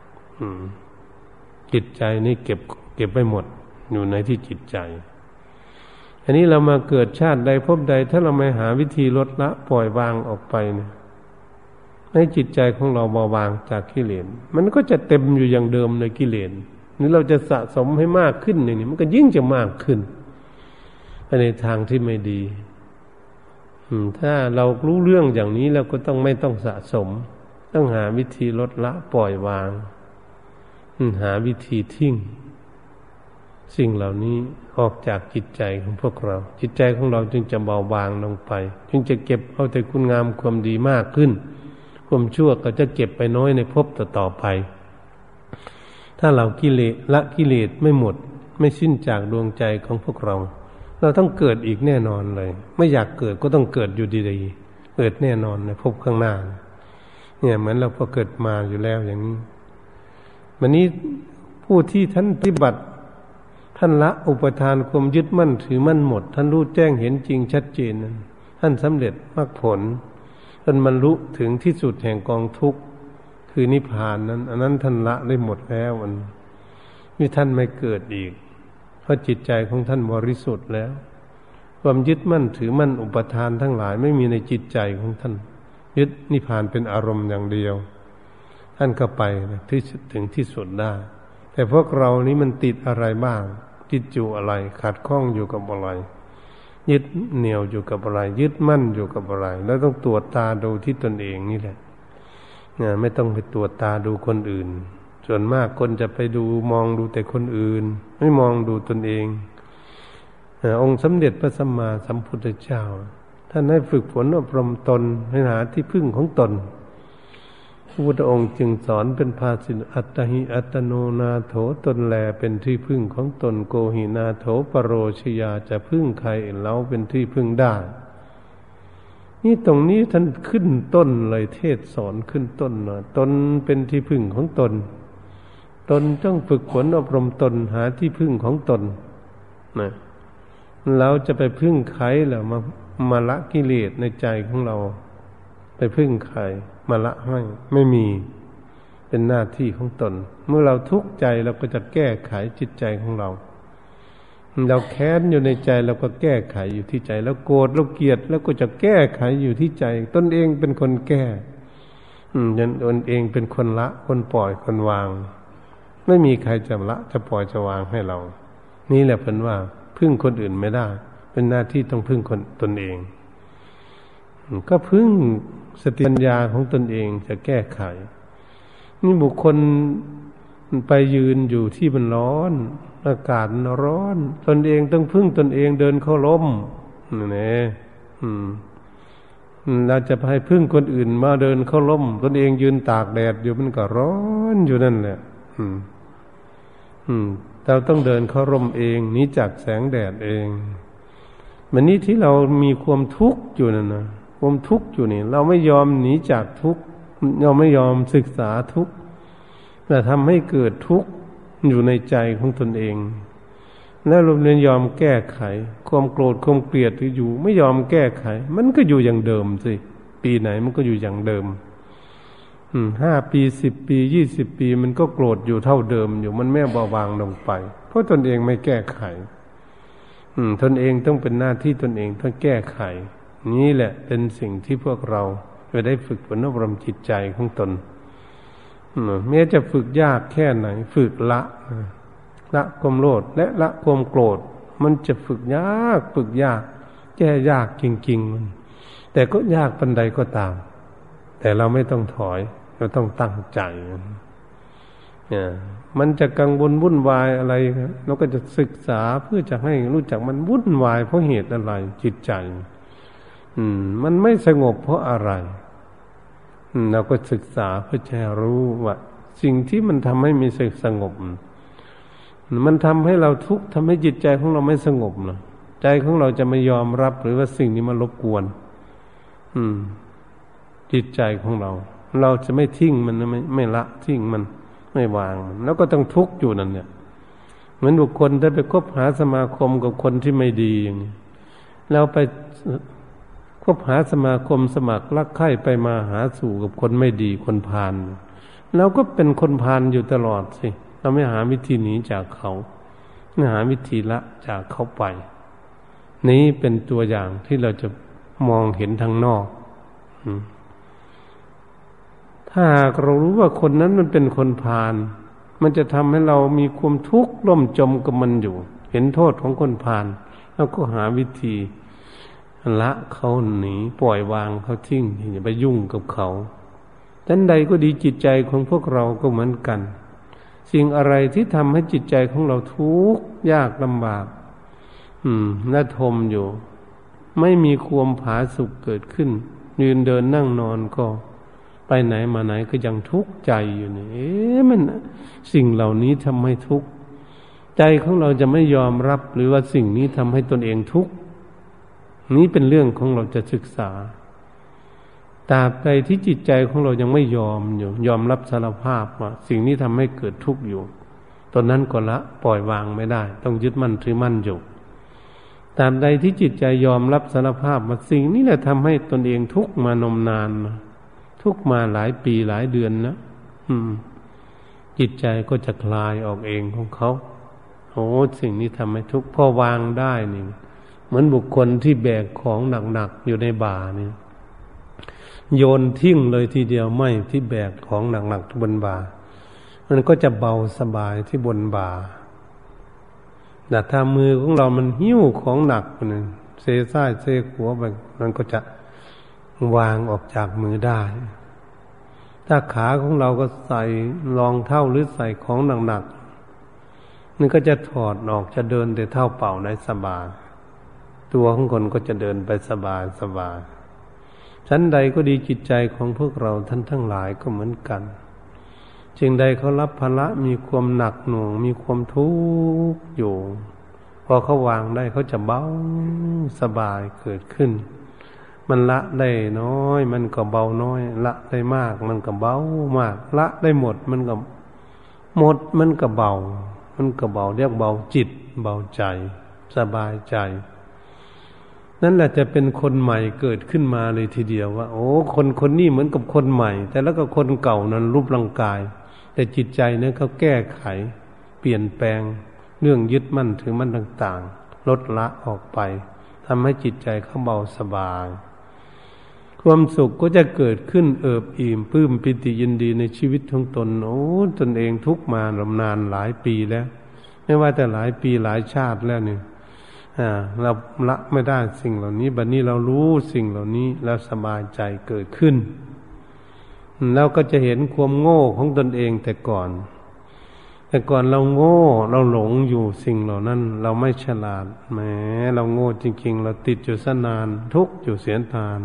จิตใจนี่เก็บไว้หมดอยู่ในที่จิตใจอันนี้เรามาเกิดชาติใดพบใดถ้าเราไม่หาวิธีลดละปล่อยวางออกไปเนี่ยให้จิตใจของเราเบาบางจากกิเลสมันก็จะเต็มอยู่อย่างเดิมในกิเลสนี่เราจะสะสมให้มากขึ้นอย่างนี้มันก็ยิ่งจะมากขึ้นในทางที่ไม่ดีถ้าเรารู้เรื่องอย่างนี้เราก็ไม่ต้องสะสมต้องหาวิธีลดละปล่อยวางหาวิธีทิ้งสิ่งเหล่านี้ออกจากจิตใจของพวกเราจิตใจของเราจึงจะเบาบางลงไปจึงจะเก็บเอาแต่คุณงามความดีมากขึ้นความชั่วก็จะเก็บไปน้อยในภพต่อไปถ้าเราละกิเลสไม่หมดไม่สิ้นจากดวงใจของพวกเราต้องเกิดอีกแน่นอนเลยไม่อยากเกิดก็ต้องเกิดอยู่ดีๆเกิดแน่นอนในภพข้างหน้าเนี่ยเหมือนเราพอเกิดมาอยู่แล้วอย่างนี้วันนี้ผู้ที่ท่านปฏิบัติท่านละอุปทานความยึดมั่นถือมั่นหมดท่านรู้แจ้งเห็นจริงชัดเจนนั้นท่านสำเร็จมรรคผลท่านบรรลุถึงที่สุดแห่งกองทุกข์คือนิพพานนั้นอันนั้นท่านละได้หมดแล้วนี่ท่านไม่เกิดอีกเพราะจิตใจของท่านบริสุทธิ์แล้วความยึดมั่นถือมั่นอุปทานทั้งหลายไม่มีในจิตใจของท่านยึดนิพพานเป็นอารมณ์อย่างเดียวท่านก็ไปที่ถึงที่สุดได้แต่พวกเรานี้มันติดอะไรบ้างติดอยู่อะไรขัดข้องอยู่กับอะไรยึดเหนี่ยวอยู่กับอะไรยึดมั่นอยู่กับอะไรแล้วต้องตรวจตาดูที่ตนเองนี่แหละไม่ต้องไปตรวจตาดูคนอื่นส่วนมากคนจะไปมองดูแต่คนอื่นไม่มองดูตนเององค์สมเด็จพระสัมมาสัมพุทธเจ้าท่านให้ฝึกฝนอบรมตนให้หาที่พึ่งของตนพระพุทธองค์จึงสอนเป็นภาษิตอัตตหิอัตโนนาโถตนแลเป็นที่พึ่งของตนโกหินาโถปโรชยาจะพึ่งใครเราเป็นที่พึ่งได้นี่ตรงนี้ท่านขึ้นต้นเลยเทศสอนขึ้นต้นว่าตนเป็นที่พึ่งของตนตนต้องฝึกฝนอบรมตนหาที่พึ่งของตนนะเราจะไปพึ่งใครแล้วมาละกิเลสในใจของเราไปพึ่งใครมาละให้ไม่มีเป็นหน้าที่ของตนเมื่อเราทุกข์ใจเราก็จะแก้ไขจิตใจของเราเราแค้นอยู่ในใจเราก็แก้ไขอยู่ที่ใจแล้วโกรธเราเกลียดแล้วก็จะแก้ไขอยู่ที่ใจตนเองเป็นคนแก้ตนเองเป็นคนละคนปล่อยคนวางไม่มีใครจะละจะปล่อยจะวางให้เรานี่แหละเป็นว่าพึ่งคนอื่นไม่ได้เป็นหน้าที่ต้องพึ่งคนตนเองก็พึ่งสติปัญญาของตนเองจะแก้ไขนี่บุคคลไปยืนอยู่ที่มันร้อนอากาศร้อนตนเองต้องพึ่งตนเองเดินเข้าร่มนี่เราจะไปให้พึ่งคนอื่นมาเดินเข้าร่มตนเองยืนตากแดดอยู่มันก็ร้อนอยู่นั่นแหละเราต้องเดินเข้าร่มเองหนีจากแสงแดดเองวันนี้ที่เรามีความทุกข์อยู่นั่นนะความทุกข์อยู่นี่เราไม่ยอมหนีจากทุกข์เราไม่ยอมศึกษาทุกข์แต่ทำให้เกิดทุกข์อยู่ในใจของตนเองแล้วเราไม่ยอมแก้ไขความโกรธความเกลียดที่อยู่ไม่ยอมแก้ไขมันก็อยู่อย่างเดิมสิปีไหนมันก็อยู่อย่างเดิม5 ปี10 ปี20 ปีมันก็โกรธอยู่เท่าเดิมอยู่มันไม่เบาบางลงไปเพราะตนเองไม่แก้ไขตนเองต้องเป็นหน้าที่ตนเองต้องแก้ไขนี่แหละเป็นสิ่งที่พวกเราจะได้ฝึกฝนอบรมจิตใจของตนแม้จะฝึกยากแค่ไหนฝึกละความโลภและละความโกรธมันจะฝึกยากแก้ยากจริงๆมันแต่ก็ยากปานใดก็ตามแต่เราไม่ต้องถอยเราต้องตั้งใจมันจะกังวลวุ่นวายอะไรเราก็จะศึกษาเพื่อจะให้รู้จักมันวุ่นวายเพราะเหตุอะไรจิตใจมันไม่สงบเพราะอะไรเราก็ศึกษาเพื่อจะรู้ว่าสิ่งที่มันทำให้มีสงบมันทำให้เราทุกข์ทำให้จิตใจของเราไม่สงบนะใจของเราจะไม่ยอมรับหรือว่าสิ่งนี้มันรบกวนจิตใจของเราจะไม่ทิ้งมันไม่ละทิ้งมันไม่วางมันแล้วก็ต้องทุกข์อยู่นั่นเนี่ยเหมือนบุคคลถ้าไปคบหาสมาคมกับคนที่ไม่ดีอย่างนี้เราไปคบหาสมาคมสมัครรักใคร่ไปมาหาสู่กับคนไม่ดีคนพาลเราก็เป็นคนพาลอยู่ตลอดสิเราไม่หาวิธีหนีจากเขาไม่หาวิธีละจากเขาไปนี้เป็นตัวอย่างที่เราจะมองเห็นทางนอกถ้าหากเรารู้ว่าคนนั้นมันเป็นคนพาลมันจะทำให้เรามีความทุกข์ร่มจมกับมันอยู่เห็นโทษของคนพาลแล้วก็หาวิธีละเขาหนีปล่อยวางเขาทิ้งอย่าไปยุ่งกับเขาทันใดก็ดีจิตใจของพวกเราก็เหมือนกันสิ่งอะไรที่ทำให้จิตใจของเราทุกข์ยากลำบากน่าทมอยู่ไม่มีความผาสุกเกิดขึ้นยืนเดินนั่งนอนก็ไปไหนมาไหนก็ยังทุกข์ใจอยู่นี่มันสิ่งเหล่านี้ทำให้ทุกข์ใจของเราจะไม่ยอมรับหรือว่าสิ่งนี้ทำให้ตนเองทุกข์นี้เป็นเรื่องของเราจะศึกษาตราบใดที่จิตใจของเรายังไม่ยอมรับสารภาพว่าสิ่งนี้ทำให้เกิดทุกข์อยู่ตอนนั้นก็ละปล่อยวางไม่ได้ต้องยึดมั่นถือมั่นอยู่ตราบใดที่จิตใจยอมรับสารภาพว่าสิ่งนี้แหละทำให้ตนเองทุกข์มานมนานทุกข์มาหลายปีหลายเดือนนะจิตใจก็จะคลายออกเองของเขาสิ่งนี้ทำให้ทุกข์พอวางได้นี่เหมือนบุคคลที่แบกของหนักๆอยู่ในบ่านี่โยนทิ้งเลยทีเดียวไม่ที่แบกของหนักๆบนบ่ามันก็จะเบาสบายที่บนบ่าแต่ถ้ามือของเรามันหิ้วของหนักมันเซซ้ายเซขวาไปมันก็จะวางออกจากมือได้ถ้าขาของเราก็ใส่รองเท้าหรือใส่ของหนักๆมันก็จะถอดออกจะเดินแต่เท้าเปล่าได้สบายตัวของคนก็จะเดินไปสบายชั้นใดก็ดีจิตใจของพวกเราท่านทั้งหลายก็เหมือนกันจึงใดเขารับภาระมีความหนักหน่วงมีความทุกข์อยู่พอเขาวางได้เขาจะเบาสบายเกิดขึ้นมันละได้น้อยมันก็เบาน้อยละได้มากมันก็เบามากละได้หมดมันก็หมดมันก็เบาเรียกเบาจิตเบาใจสบายใจนั่นแหละจะเป็นคนใหม่เกิดขึ้นมาเลยทีเดียวว่าโอ้คนนี้เหมือนกับคนใหม่แต่แล้วก็คนเก่านั้นรูปร่างกายแต่จิตใจนั้นเขาแก้ไขเปลี่ยนแปลงเรื่องยึดมั่นถือมั่นต่างๆลดละออกไปทำให้จิตใจเขาเบาสบายความสุขก็จะเกิดขึ้นเอิบอิ่มปลื้มปิติยินดีในชีวิตของตนโอ้ตนเองทุกมานานหลายปีแล้วไม่ว่าแต่หลายปีหลายชาติแล้วเนี่ยเราละไม่ได้สิ่งเหล่านี้บัดนี้เรารู้สิ่งเหล่านี้แล้วสบายใจเกิดขึ้นเราก็จะเห็นความโง่ของตนเองแต่ก่อนเราโง่เราหลงอยู่สิ่งเหล่านั้นเราไม่ฉลาดแหมเราโง่จริงๆเราติดอยู่ซะนานทุกข์อยู่เสียนาน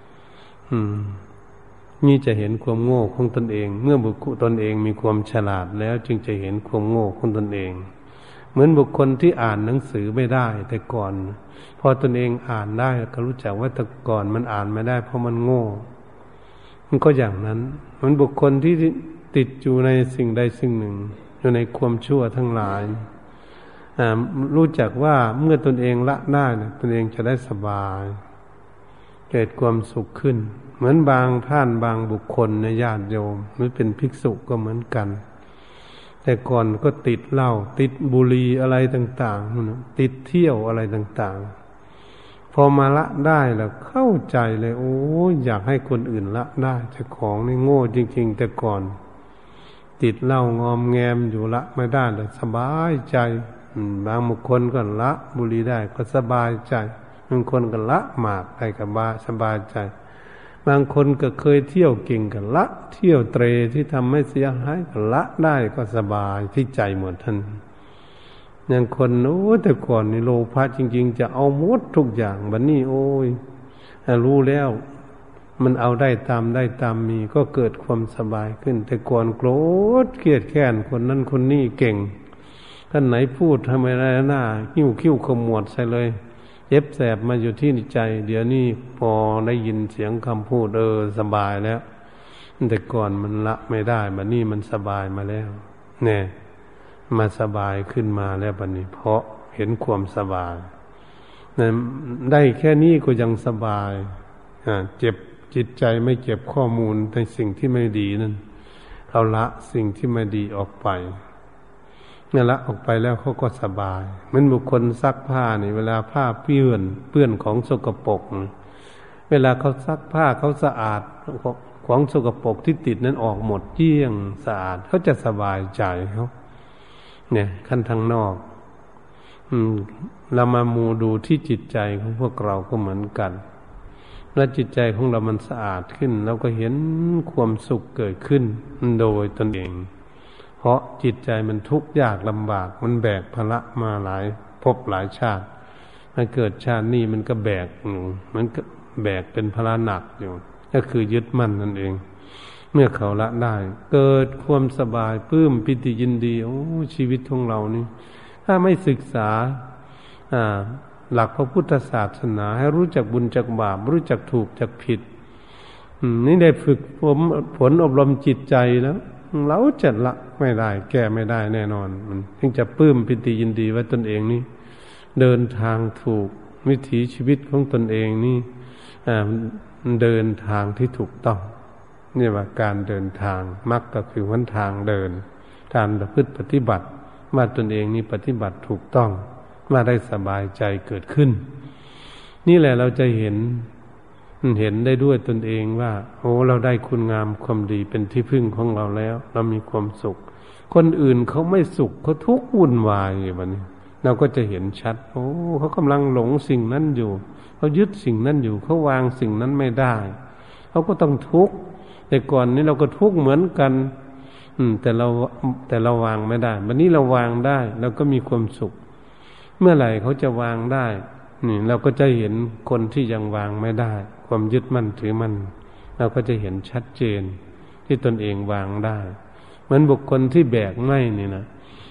นี่จะเห็นความโง่ของตนเองเมื่อบุคคลตนเองมีความฉลาดแล้วจึงจะเห็นความโง่ของตนเองเหมือนบุคคลที่อ่านหนังสือไม่ได้แต่ก่อนพอตนเองอ่านได้ก็รู้จักว่าแต่ก่อนมันอ่านไม่ได้เพราะมันโง่มันก็อย่างนั้นเหมือนบุคคลที่ติดอยู่ในสิ่งใดสิ่งหนึ่งอยู่ในความชั่วทั้งหลายรู้จักว่าเมื่อตนเองละได้ตนเองจะได้สบายเกิดความสุขขึ้นเหมือนบางท่านบางบุคคลในญาติโยมหรือเป็นภิกษุก็เหมือนกันแต่ก่อนก็ติดเหล้าติดบุหรี่อะไรต่างๆติดเที่ยวอะไรต่างๆพอมาละได้แล้วเข้าใจเลยโอ้อยากให้คนอื่นละได้แต่ของนี่โง่จริงๆแต่ก่อนติดเหล้างอมแงมอยู่ละไม่ได้เลยสบายใจบางบุคคลก็ละบุหรี่ได้ก็สบายใจบางคนก็ละหมากได้ก็สบายใจบางคนก็เคยเที่ยวเก่งก็ละเที่ยวเตรที่ทำให้เสียหายก็ละได้ก็สบายที่ใจหมดท่านอย่างคนโอ้แต่ก่อนนี่โลภะจริงๆจะเอาหมดทุกอย่างบัดนี้โอ้ยรู้แล้วมันเอาได้ตามมีก็เกิดความสบายขึ้นแต่ก่อนโกรธเกลียดแค้นคนนั้นคนนี้เก่งท่านไหนพูดทำไมได้หน้าหิ้วคิ้วขมวดใส่เลยเจ็บแสบมาอยู่ที่ใจเดี๋ยวนี้พอได้ยินเสียงคำพูดสบายแล้วแต่ก่อนมันละไม่ได้บัดนี้มันสบายมาแล้วเนี่ยมาสบายขึ้นมาแล้วบัดนี้เพราะเห็นความสบายเนี่ยได้แค่นี้ก็ยังสบายเจ็บจิตใจไม่เก็บข้อมูลในสิ่งที่ไม่ดีนั่นเราละสิ่งที่ไม่ดีออกไปเนี่ยละออกไปแล้วเขาก็สบายเหมือนบุคคลซักผ้านี่เวลาผ้าเปื้อนของสกปรกเวลาเขาซักผ้าเขาสะอาดของสกปรกที่ติดนั้นออกหมดเกลี้ยงสะอาดเขาจะสบายใจเขาเนี่ยขั้นทางนอกเรามาดูที่จิตใจของพวกเราก็เหมือนกันและจิตใจของเรามันสะอาดขึ้นเราก็เห็นความสุขเกิดขึ้นโดยตนเองเพราะจิตใจมันทุกข์ยากลำบากมันแบกภาระมาหลายภพหลายชาติมาเกิดชาตินี้มันก็แบกอยู่มันก็แบกเป็นภาระหนักอยู่ก็คือยึดมั่นนั่นเองเมื่อเขาละได้เกิดความสบายปลื้มปิติยินดีโอ้ชีวิตของเรานี่ถ้าไม่ศึกษาหลักพระพุทธศาสนาให้รู้จักบุญจักบาปรู้จักถูกจักผิดนี่ได้ฝึกผลอบรมจิตใจแล้วเราจะละไม่ได้แก้ไม่ได้แน่นอนมันถึงจะปลื้มปิติยินดีว่าตนเองนี่เดินทางถูกวิถีชีวิตของตนเองนี่เดินทางที่ถูกต้องนี่ว่าการเดินทางมรรคก็คือหนทางเดินการประพฤติปฏิบัติว่าตนเองนี่ปฏิบัติถูกต้องมาได้สบายใจเกิดขึ้นนี่แหละเราจะเห็นได้ด้วยตนเองว่าโอ้เราได้คุณงามความดีเป็นที่พึ่งของเราแล้วเรามีความสุขคนอื่นเขาไม่สุขเขาทุกข์วุ่นวายอยู่แบบนี้เราก็จะเห็นชัดโอ้เขากำลังหลงสิ่งนั้นอยู่เขายึดสิ่งนั้นอยู่เขาวางสิ่งนั้นไม่ได้เขาก็ต้องทุกข์แต่ก่อนนี้เราก็ทุกข์เหมือนกันแต่เราวางไม่ได้วันนี้เราวางได้เราก็มีความสุขเมื่อไหร่เขาจะวางได้นี่เราก็จะเห็นคนที่ยังวางไม่ได้ความยึดมั่นถือมั่นเราก็จะเห็นชัดเจนที่ตนเองวางได้เหมือนบุคคลที่แบกไม้นี่นะ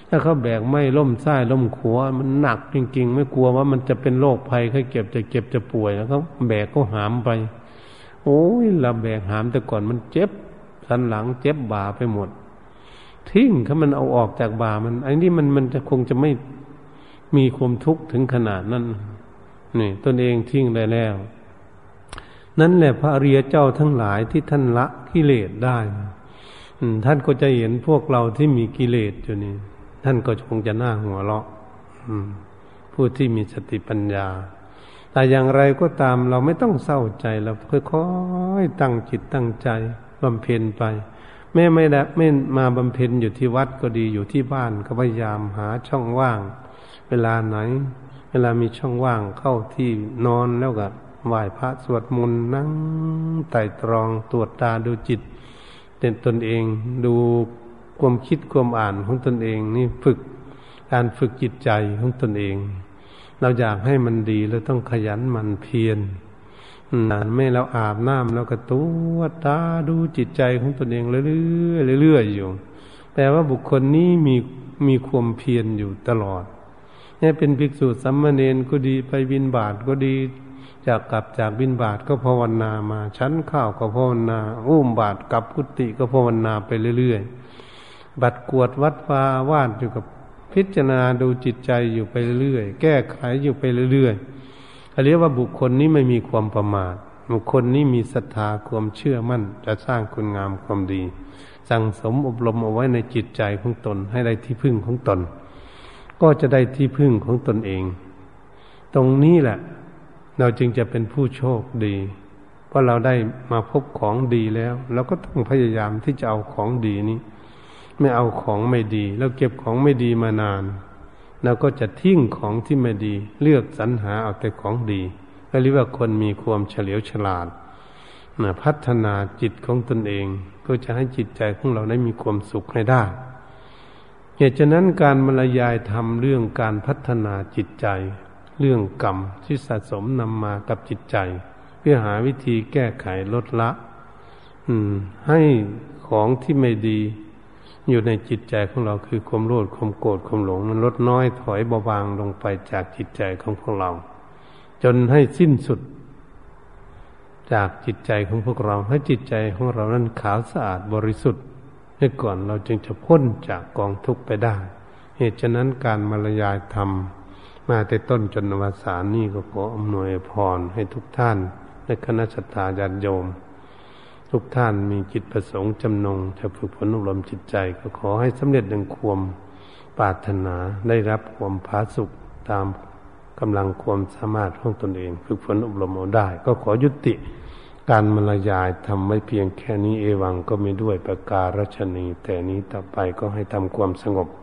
ถ้าเขาแบกไม่ล้มซ้ายล้มขวามันหนักจริงๆไม่กลัวว่ามันจะเป็นโรคภัยไข้เจ็บจะป่วยแล้วเขาแบกก็หามไปโอ้ยเราแบกหามแต่ก่อนมันเจ็บสันหลังเจ็บบ่าไปหมดทิ้งถ้ามันเอาออกจากบ่ามันไอ้นี่มันจะคงจะไม่มีความทุกข์ถึงขนาดนั้นนี่ตนเองทิ้งได้แล้วนั่นแหละพระอริยเจ้าทั้งหลายที่ท่านละกิเลสได้ท่านก็จะเห็นพวกเราที่มีกิเลสอยู่นี่ท่านก็คงจะน่าหัวเราะผู้ที่มีสติปัญญาแต่อย่างไรก็ตามเราไม่ต้องเศร้าใจเราค่อยๆตั้งจิตตั้งใจบำเพ็ญไปไม่มาบำเพ็ญอยู่ที่วัดก็ดีอยู่ที่บ้านก็พยายามหาช่องว่างเวลาไหนเวลามีช่องว่างเข้าที่นอนแล้วก็ไหว้พระสวดมนต์นั่งไตร่ตรองตรวจตาดูจิตตนเองดูความคิดความอ่านของตนเองนี่การฝึกจิตใจของตนเองเราอยากให้มันดีเราต้องขยันหมั่นเพียรไม่เราอาบน้ำแล้วก็ตรวจตาดูจิตใจของตนเองเรื่อยๆอยู่แปลว่าบุคคลนี้มีความเพียรอยู่ตลอดนี่เป็นภิกษุสามเณรก็ดีไปบิณฑบาตก็ดีกลับจากบิณฑบาตก็ภาวนามาฉันข้าวก็ภาวนาอุ้มบาตรกลับกุฏิก็ภาวนาไปเรื่อยๆบัดกวดวัดวาวาดอยู่กับพิจารณาดูจิตใจอยู่ไปเรื่อยแก้ไขอยู่ไปเรื่อยเรียกว่าบุคคลนี้ไม่มีความประมาทบุคคลนี้มีศรัทธาความเชื่อมั่นจะสร้างคุณงามความดีสั่งสมอบรมเอาไว้ในจิตใจของตนให้ได้ที่พึ่งของตนก็จะได้ที่พึ่งของตนเองตรงนี้แหละเราจึงจะเป็นผู้โชคดีเพราะเราได้มาพบของดีแล้วเราก็ต้องพยายามที่จะเอาของดีนี้ไม่เอาของไม่ดีแล้วเก็บของไม่ดีมานานเราก็จะทิ้งของที่ไม่ดีเลือกสรรหาเอาแต่ของดีก็เรียกว่าคนมีความเฉลียวฉลาดพัฒนาจิตของตนเองก็จะให้จิตใจของเราได้มีความสุขให้ได้เหตุฉะนั้นการบรรยายธรรมเรื่องการพัฒนาจิตใจเรื่องกรรมที่สะสมนำมากับจิตใจเพื่อหาวิธีแก้ไขลดละให้ของที่ไม่ดีอยู่ในจิตใจของเราคือความโลภความโกรธความหลงมันลดน้อยถอยเบาบางลงไปจากจิตใจของพวกเราจนให้สิ้นสุดจากจิตใจของพวกเราให้จิตใจของเรานั้นขาวสะอาดบริสุทธิ์ให้ก่อนเราจึงจะพ้นจากกองทุกข์ไปได้เหตุฉะนั้นการบรรยายธรรมมาแต่ต้นจนอวสานนี้ก็ขออำนวยพรให้ทุกท่านและคณะศรัทธาญาติโยมทุกท่านมีจิตประสงค์จำนงจะฝึกฝนอบรมจิตใจก็ขอให้สำเร็จดังความปรารถนาได้รับความผาสุกตามกำลังความสามารถของตนเองฝึกฝนอบรมเอาได้ก็ขอยุติการบรรยายทำไว้เพียงแค่นี้เอวังก็มีด้วยประการฉะนี้แต่นี้ต่อไปก็ให้ทำความสงบ